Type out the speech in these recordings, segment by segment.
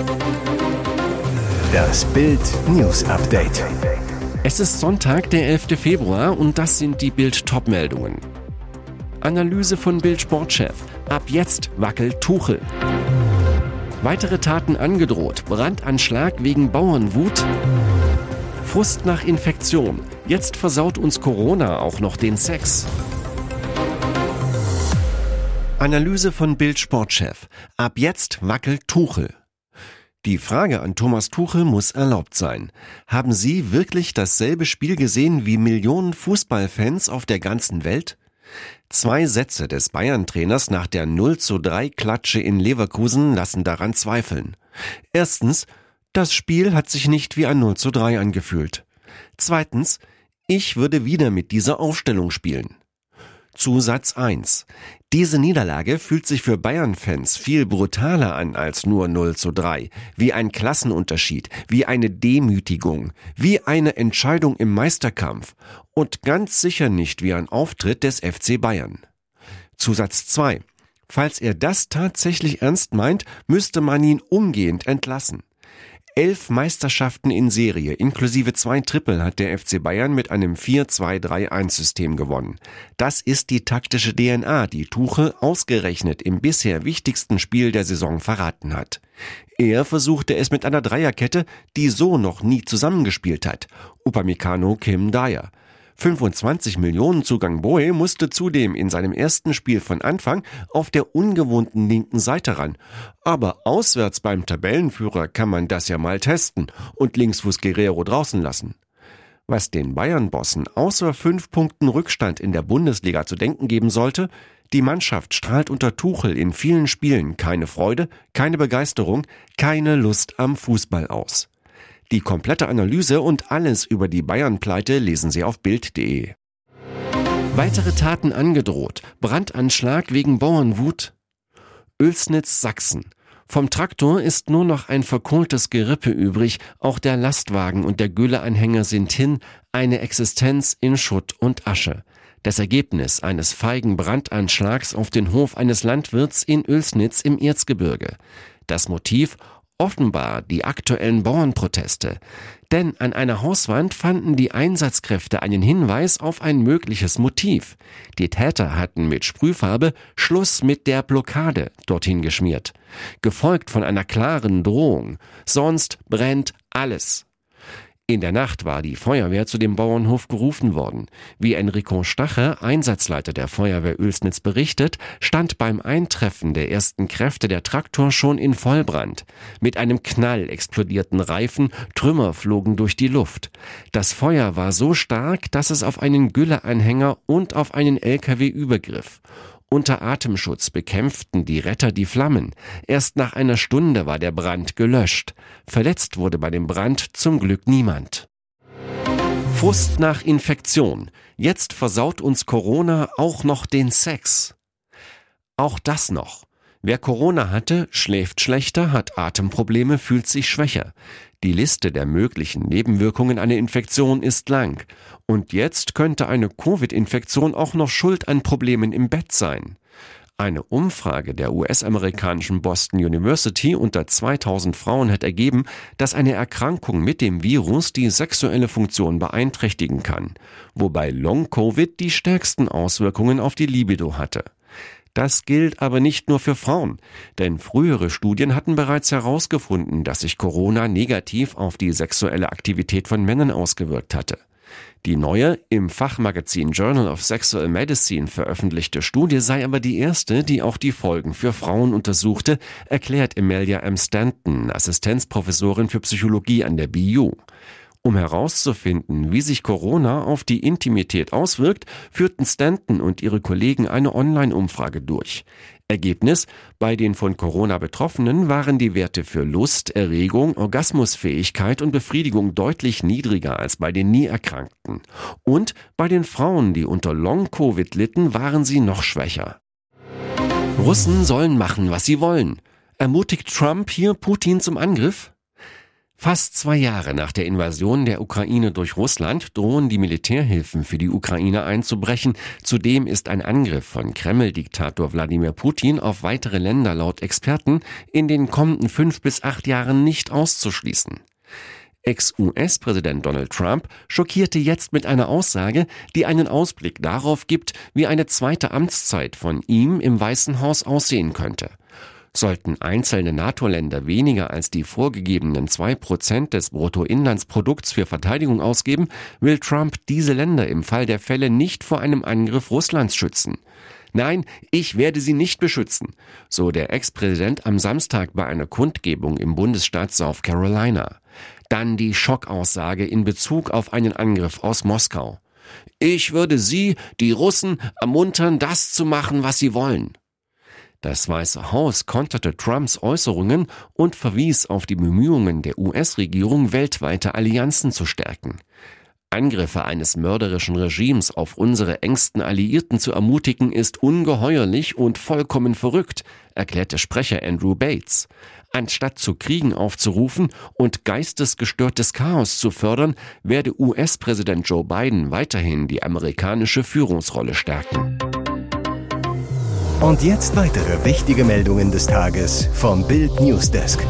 Das Bild News Update. Es ist Sonntag, der 11. Februar und das sind die Bild-Top-Meldungen. Analyse von Bild-Sportchef. Ab jetzt wackelt Tuchel. Weitere Taten angedroht. Brandanschlag wegen Bauernwut. Frust nach Infektion. Jetzt versaut uns Corona auch noch den Sex. Analyse von Bild-Sportchef. Ab jetzt wackelt Tuchel. Die Frage an Thomas Tuchel muss erlaubt sein. Haben Sie wirklich dasselbe Spiel gesehen wie Millionen Fußballfans auf der ganzen Welt? 2 Sätze des Bayern-Trainers nach der 0:3-Klatsche in Leverkusen lassen daran zweifeln. Erstens, das Spiel hat sich nicht wie ein 0:3 angefühlt. Zweitens, ich würde wieder mit dieser Aufstellung spielen. Zusatz 1. Diese Niederlage fühlt sich für Bayern-Fans viel brutaler an als nur 0:3, wie ein Klassenunterschied, wie eine Demütigung, wie eine Entscheidung im Meisterkampf und ganz sicher nicht wie ein Auftritt des FC Bayern. Zusatz 2. Falls er das tatsächlich ernst meint, müsste man ihn umgehend entlassen. 11 Meisterschaften in Serie, inklusive 2 Triple, hat der FC Bayern mit einem 4-2-3-1-System gewonnen. Das ist die taktische DNA, die Tuchel ausgerechnet im bisher wichtigsten Spiel der Saison verraten hat. Er versuchte es mit einer Dreierkette, die so noch nie zusammengespielt hat. Upamecano, Kim, Dyer. 25 Millionen Zugang Boe musste zudem in seinem ersten Spiel von Anfang auf der ungewohnten linken Seite ran. Aber auswärts beim Tabellenführer kann man das ja mal testen und Linksfuß Guerrero draußen lassen. Was den Bayern-Bossen außer 5 Punkten Rückstand in der Bundesliga zu denken geben sollte: Die Mannschaft strahlt unter Tuchel in vielen Spielen keine Freude, keine Begeisterung, keine Lust am Fußball aus. Die komplette Analyse und alles über die Bayern-Pleite lesen Sie auf Bild.de. Weitere Taten angedroht. Brandanschlag wegen Bauernwut. Oelsnitz, Sachsen. Vom Traktor ist nur noch ein verkohltes Gerippe übrig. Auch der Lastwagen und der Gülleanhänger sind hin. Eine Existenz in Schutt und Asche. Das Ergebnis eines feigen Brandanschlags auf den Hof eines Landwirts in Oelsnitz im Erzgebirge. Das Motiv: offenbar die aktuellen Bauernproteste. Denn an einer Hauswand fanden die Einsatzkräfte einen Hinweis auf ein mögliches Motiv. Die Täter hatten mit Sprühfarbe „Schluss mit der Blockade" dorthin geschmiert. Gefolgt von einer klaren Drohung: Sonst brennt alles. In der Nacht war die Feuerwehr zu dem Bauernhof gerufen worden. Wie Enrico Stache, Einsatzleiter der Feuerwehr Oelsnitz, berichtet, stand beim Eintreffen der ersten Kräfte der Traktor schon in Vollbrand. Mit einem Knall explodierten Reifen, Trümmer flogen durch die Luft. Das Feuer war so stark, dass es auf einen Gülleanhänger und auf einen LKW übergriff. Unter Atemschutz bekämpften die Retter die Flammen. Erst nach einer Stunde war der Brand gelöscht. Verletzt wurde bei dem Brand zum Glück niemand. Frust nach Infektion. Jetzt versaut uns Corona auch noch den Sex. Auch das noch. Wer Corona hatte, schläft schlechter, hat Atemprobleme, fühlt sich schwächer. Die Liste der möglichen Nebenwirkungen einer Infektion ist lang. Und jetzt könnte eine Covid-Infektion auch noch schuld an Problemen im Bett sein. Eine Umfrage der US-amerikanischen Boston University unter 2000 Frauen hat ergeben, dass eine Erkrankung mit dem Virus die sexuelle Funktion beeinträchtigen kann, wobei Long-Covid die stärksten Auswirkungen auf die Libido hatte. Das gilt aber nicht nur für Frauen, denn frühere Studien hatten bereits herausgefunden, dass sich Corona negativ auf die sexuelle Aktivität von Männern ausgewirkt hatte. Die neue, im Fachmagazin Journal of Sexual Medicine veröffentlichte Studie sei aber die erste, die auch die Folgen für Frauen untersuchte, erklärt Amelia M. Stanton, Assistenzprofessorin für Psychologie an der BU. Um herauszufinden, wie sich Corona auf die Intimität auswirkt, führten Stanton und ihre Kollegen eine Online-Umfrage durch. Ergebnis: Bei den von Corona Betroffenen waren die Werte für Lust, Erregung, Orgasmusfähigkeit und Befriedigung deutlich niedriger als bei den nie Erkrankten. Und bei den Frauen, die unter Long-Covid litten, waren sie noch schwächer. Russen sollen machen, was sie wollen. Ermutigt Trump hier Putin zum Angriff? Fast 2 Jahre nach der Invasion der Ukraine durch Russland drohen die Militärhilfen für die Ukraine einzubrechen. Zudem ist ein Angriff von Kreml-Diktator Wladimir Putin auf weitere Länder laut Experten in den kommenden 5 bis 8 Jahren nicht auszuschließen. Ex-US-Präsident Donald Trump schockierte jetzt mit einer Aussage, die einen Ausblick darauf gibt, wie eine zweite Amtszeit von ihm im Weißen Haus aussehen könnte. Sollten einzelne NATO-Länder weniger als die vorgegebenen 2% des Bruttoinlandsprodukts für Verteidigung ausgeben, will Trump diese Länder im Fall der Fälle nicht vor einem Angriff Russlands schützen. Nein, ich werde sie nicht beschützen, so der Ex-Präsident am Samstag bei einer Kundgebung im Bundesstaat South Carolina. Dann die Schockaussage in Bezug auf einen Angriff aus Moskau. Ich würde Sie, die Russen, ermuntern, das zu machen, was sie wollen. Das Weiße Haus konterte Trumps Äußerungen und verwies auf die Bemühungen der US-Regierung, weltweite Allianzen zu stärken. Angriffe eines mörderischen Regimes auf unsere engsten Alliierten zu ermutigen, ist ungeheuerlich und vollkommen verrückt, erklärte Sprecher Andrew Bates. Anstatt zu Kriegen aufzurufen und geistesgestörtes Chaos zu fördern, werde US-Präsident Joe Biden weiterhin die amerikanische Führungsrolle stärken. Und jetzt weitere wichtige Meldungen des Tages vom Bild Newsdesk.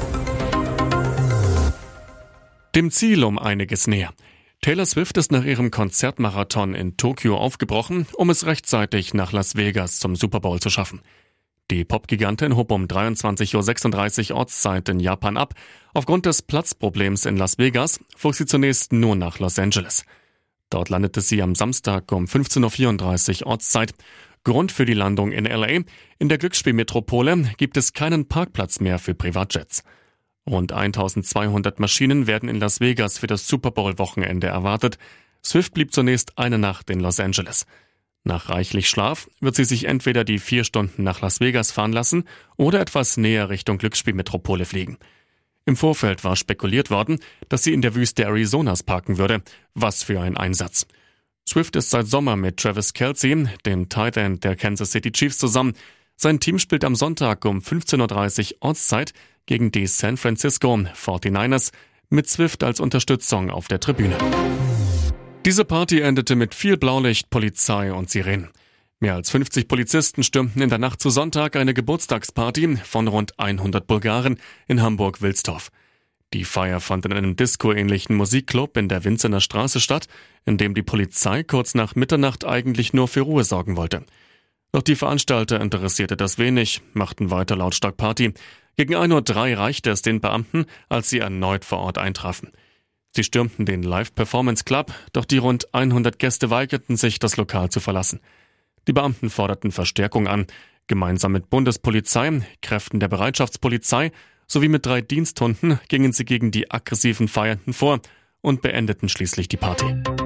Dem Ziel um einiges näher. Taylor Swift ist nach ihrem Konzertmarathon in Tokio aufgebrochen, um es rechtzeitig nach Las Vegas zum Super Bowl zu schaffen. Die Popgigantin hob um 23:36 Uhr Ortszeit in Japan ab. Aufgrund des Platzproblems in Las Vegas flog sie zunächst nur nach Los Angeles. Dort landete sie am Samstag um 15:34 Uhr Ortszeit. Grund für die Landung in LA: In der Glücksspielmetropole gibt es keinen Parkplatz mehr für Privatjets. Rund 1200 Maschinen werden in Las Vegas für das Super Bowl-Wochenende erwartet. Swift blieb zunächst eine Nacht in Los Angeles. Nach reichlich Schlaf wird sie sich entweder die 4 Stunden nach Las Vegas fahren lassen oder etwas näher Richtung Glücksspielmetropole fliegen. Im Vorfeld war spekuliert worden, dass sie in der Wüste Arizonas parken würde. Was für ein Einsatz. Swift ist seit Sommer mit Travis Kelce, dem Tight End der Kansas City Chiefs, zusammen. Sein Team spielt am Sonntag um 15:30 Uhr Ortszeit gegen die San Francisco 49ers mit Swift als Unterstützung auf der Tribüne. Diese Party endete mit viel Blaulicht, Polizei und Sirenen. Mehr als 50 Polizisten stürmten in der Nacht zu Sonntag eine Geburtstagsparty von rund 100 Bulgaren in Hamburg-Wilsdorf. Die Feier fand in einem Disco-ähnlichen Musikclub in der Winzener Straße statt, in dem die Polizei kurz nach Mitternacht eigentlich nur für Ruhe sorgen wollte. Doch die Veranstalter interessierte das wenig, machten weiter lautstark Party. Gegen 1:03 Uhr reichte es den Beamten, als sie erneut vor Ort eintrafen. Sie stürmten den Live-Performance Club, doch die rund 100 Gäste weigerten sich, das Lokal zu verlassen. Die Beamten forderten Verstärkung an, gemeinsam mit Bundespolizei, Kräften der Bereitschaftspolizei sowie mit 3 Diensthunden gingen sie gegen die aggressiven Feiernden vor und beendeten schließlich die Party.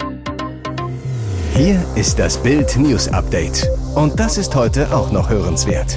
Hier ist das Bild News Update. Und das ist heute auch noch hörenswert.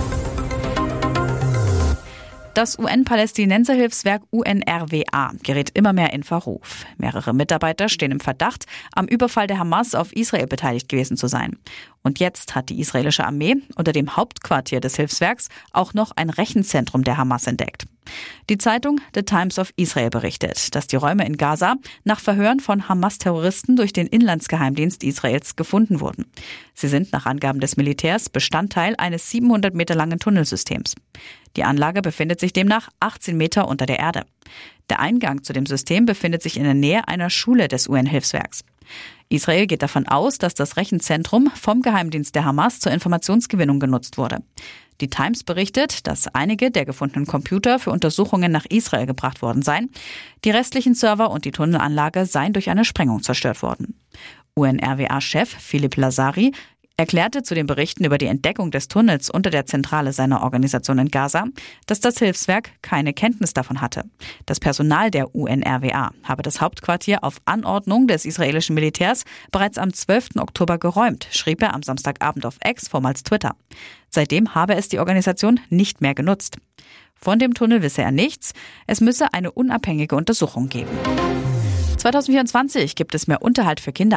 Das UN-Palästinenserhilfswerk UNRWA gerät immer mehr in Verruf. Mehrere Mitarbeiter stehen im Verdacht, am Überfall der Hamas auf Israel beteiligt gewesen zu sein. Und jetzt hat die israelische Armee unter dem Hauptquartier des Hilfswerks auch noch ein Rechenzentrum der Hamas entdeckt. Die Zeitung The Times of Israel berichtet, dass die Räume in Gaza nach Verhören von Hamas-Terroristen durch den Inlandsgeheimdienst Israels gefunden wurden. Sie sind nach Angaben des Militärs Bestandteil eines 700 Meter langen Tunnelsystems. Die Anlage befindet sich demnach 18 Meter unter der Erde. Der Eingang zu dem System befindet sich in der Nähe einer Schule des UN-Hilfswerks. Israel geht davon aus, dass das Rechenzentrum vom Geheimdienst der Hamas zur Informationsgewinnung genutzt wurde. Die Times berichtet, dass einige der gefundenen Computer für Untersuchungen nach Israel gebracht worden seien. Die restlichen Server und die Tunnelanlage seien durch eine Sprengung zerstört worden. UNRWA-Chef Philippe Lazari erklärte zu den Berichten über die Entdeckung des Tunnels unter der Zentrale seiner Organisation in Gaza, dass das Hilfswerk keine Kenntnis davon hatte. Das Personal der UNRWA habe das Hauptquartier auf Anordnung des israelischen Militärs bereits am 12. Oktober geräumt, schrieb er am Samstagabend auf X, vormals Twitter. Seitdem habe es die Organisation nicht mehr genutzt. Von dem Tunnel wisse er nichts, es müsse eine unabhängige Untersuchung geben. 2024 gibt es mehr Unterhalt für Kinder.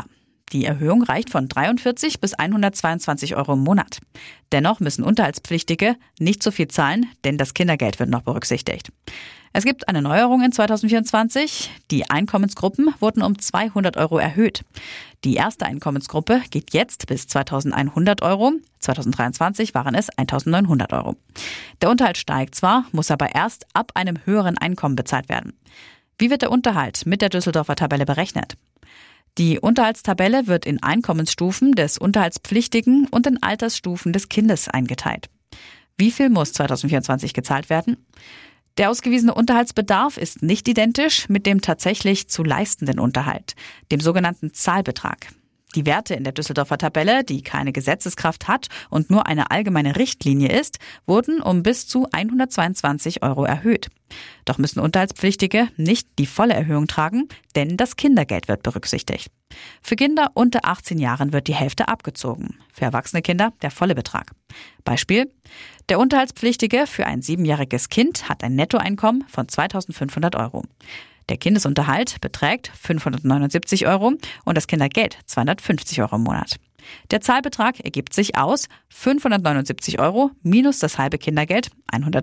Die Erhöhung reicht von 43 bis 122 Euro im Monat. Dennoch müssen Unterhaltspflichtige nicht so viel zahlen, denn das Kindergeld wird noch berücksichtigt. Es gibt eine Neuerung in 2024. Die Einkommensgruppen wurden um 200 Euro erhöht. Die erste Einkommensgruppe geht jetzt bis 2.100 Euro. 2023 waren es 1.900 Euro. Der Unterhalt steigt zwar, muss aber erst ab einem höheren Einkommen bezahlt werden. Wie wird der Unterhalt mit der Düsseldorfer Tabelle berechnet? Die Unterhaltstabelle wird in Einkommensstufen des Unterhaltspflichtigen und in Altersstufen des Kindes eingeteilt. Wie viel muss 2024 gezahlt werden? Der ausgewiesene Unterhaltsbedarf ist nicht identisch mit dem tatsächlich zu leistenden Unterhalt, dem sogenannten Zahlbetrag. Die Werte in der Düsseldorfer Tabelle, die keine Gesetzeskraft hat und nur eine allgemeine Richtlinie ist, wurden um bis zu 122 Euro erhöht. Doch müssen Unterhaltspflichtige nicht die volle Erhöhung tragen, denn das Kindergeld wird berücksichtigt. Für Kinder unter 18 Jahren wird die Hälfte abgezogen, für erwachsene Kinder der volle Betrag. Beispiel: Der Unterhaltspflichtige für ein 7-jähriges Kind hat ein Nettoeinkommen von 2.500 Euro. Der Kindesunterhalt beträgt 579 Euro und das Kindergeld 250 Euro im Monat. Der Zahlbetrag ergibt sich aus 579 Euro minus das halbe Kindergeld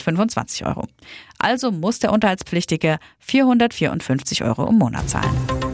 125 Euro. Also muss der Unterhaltspflichtige 454 Euro im Monat zahlen.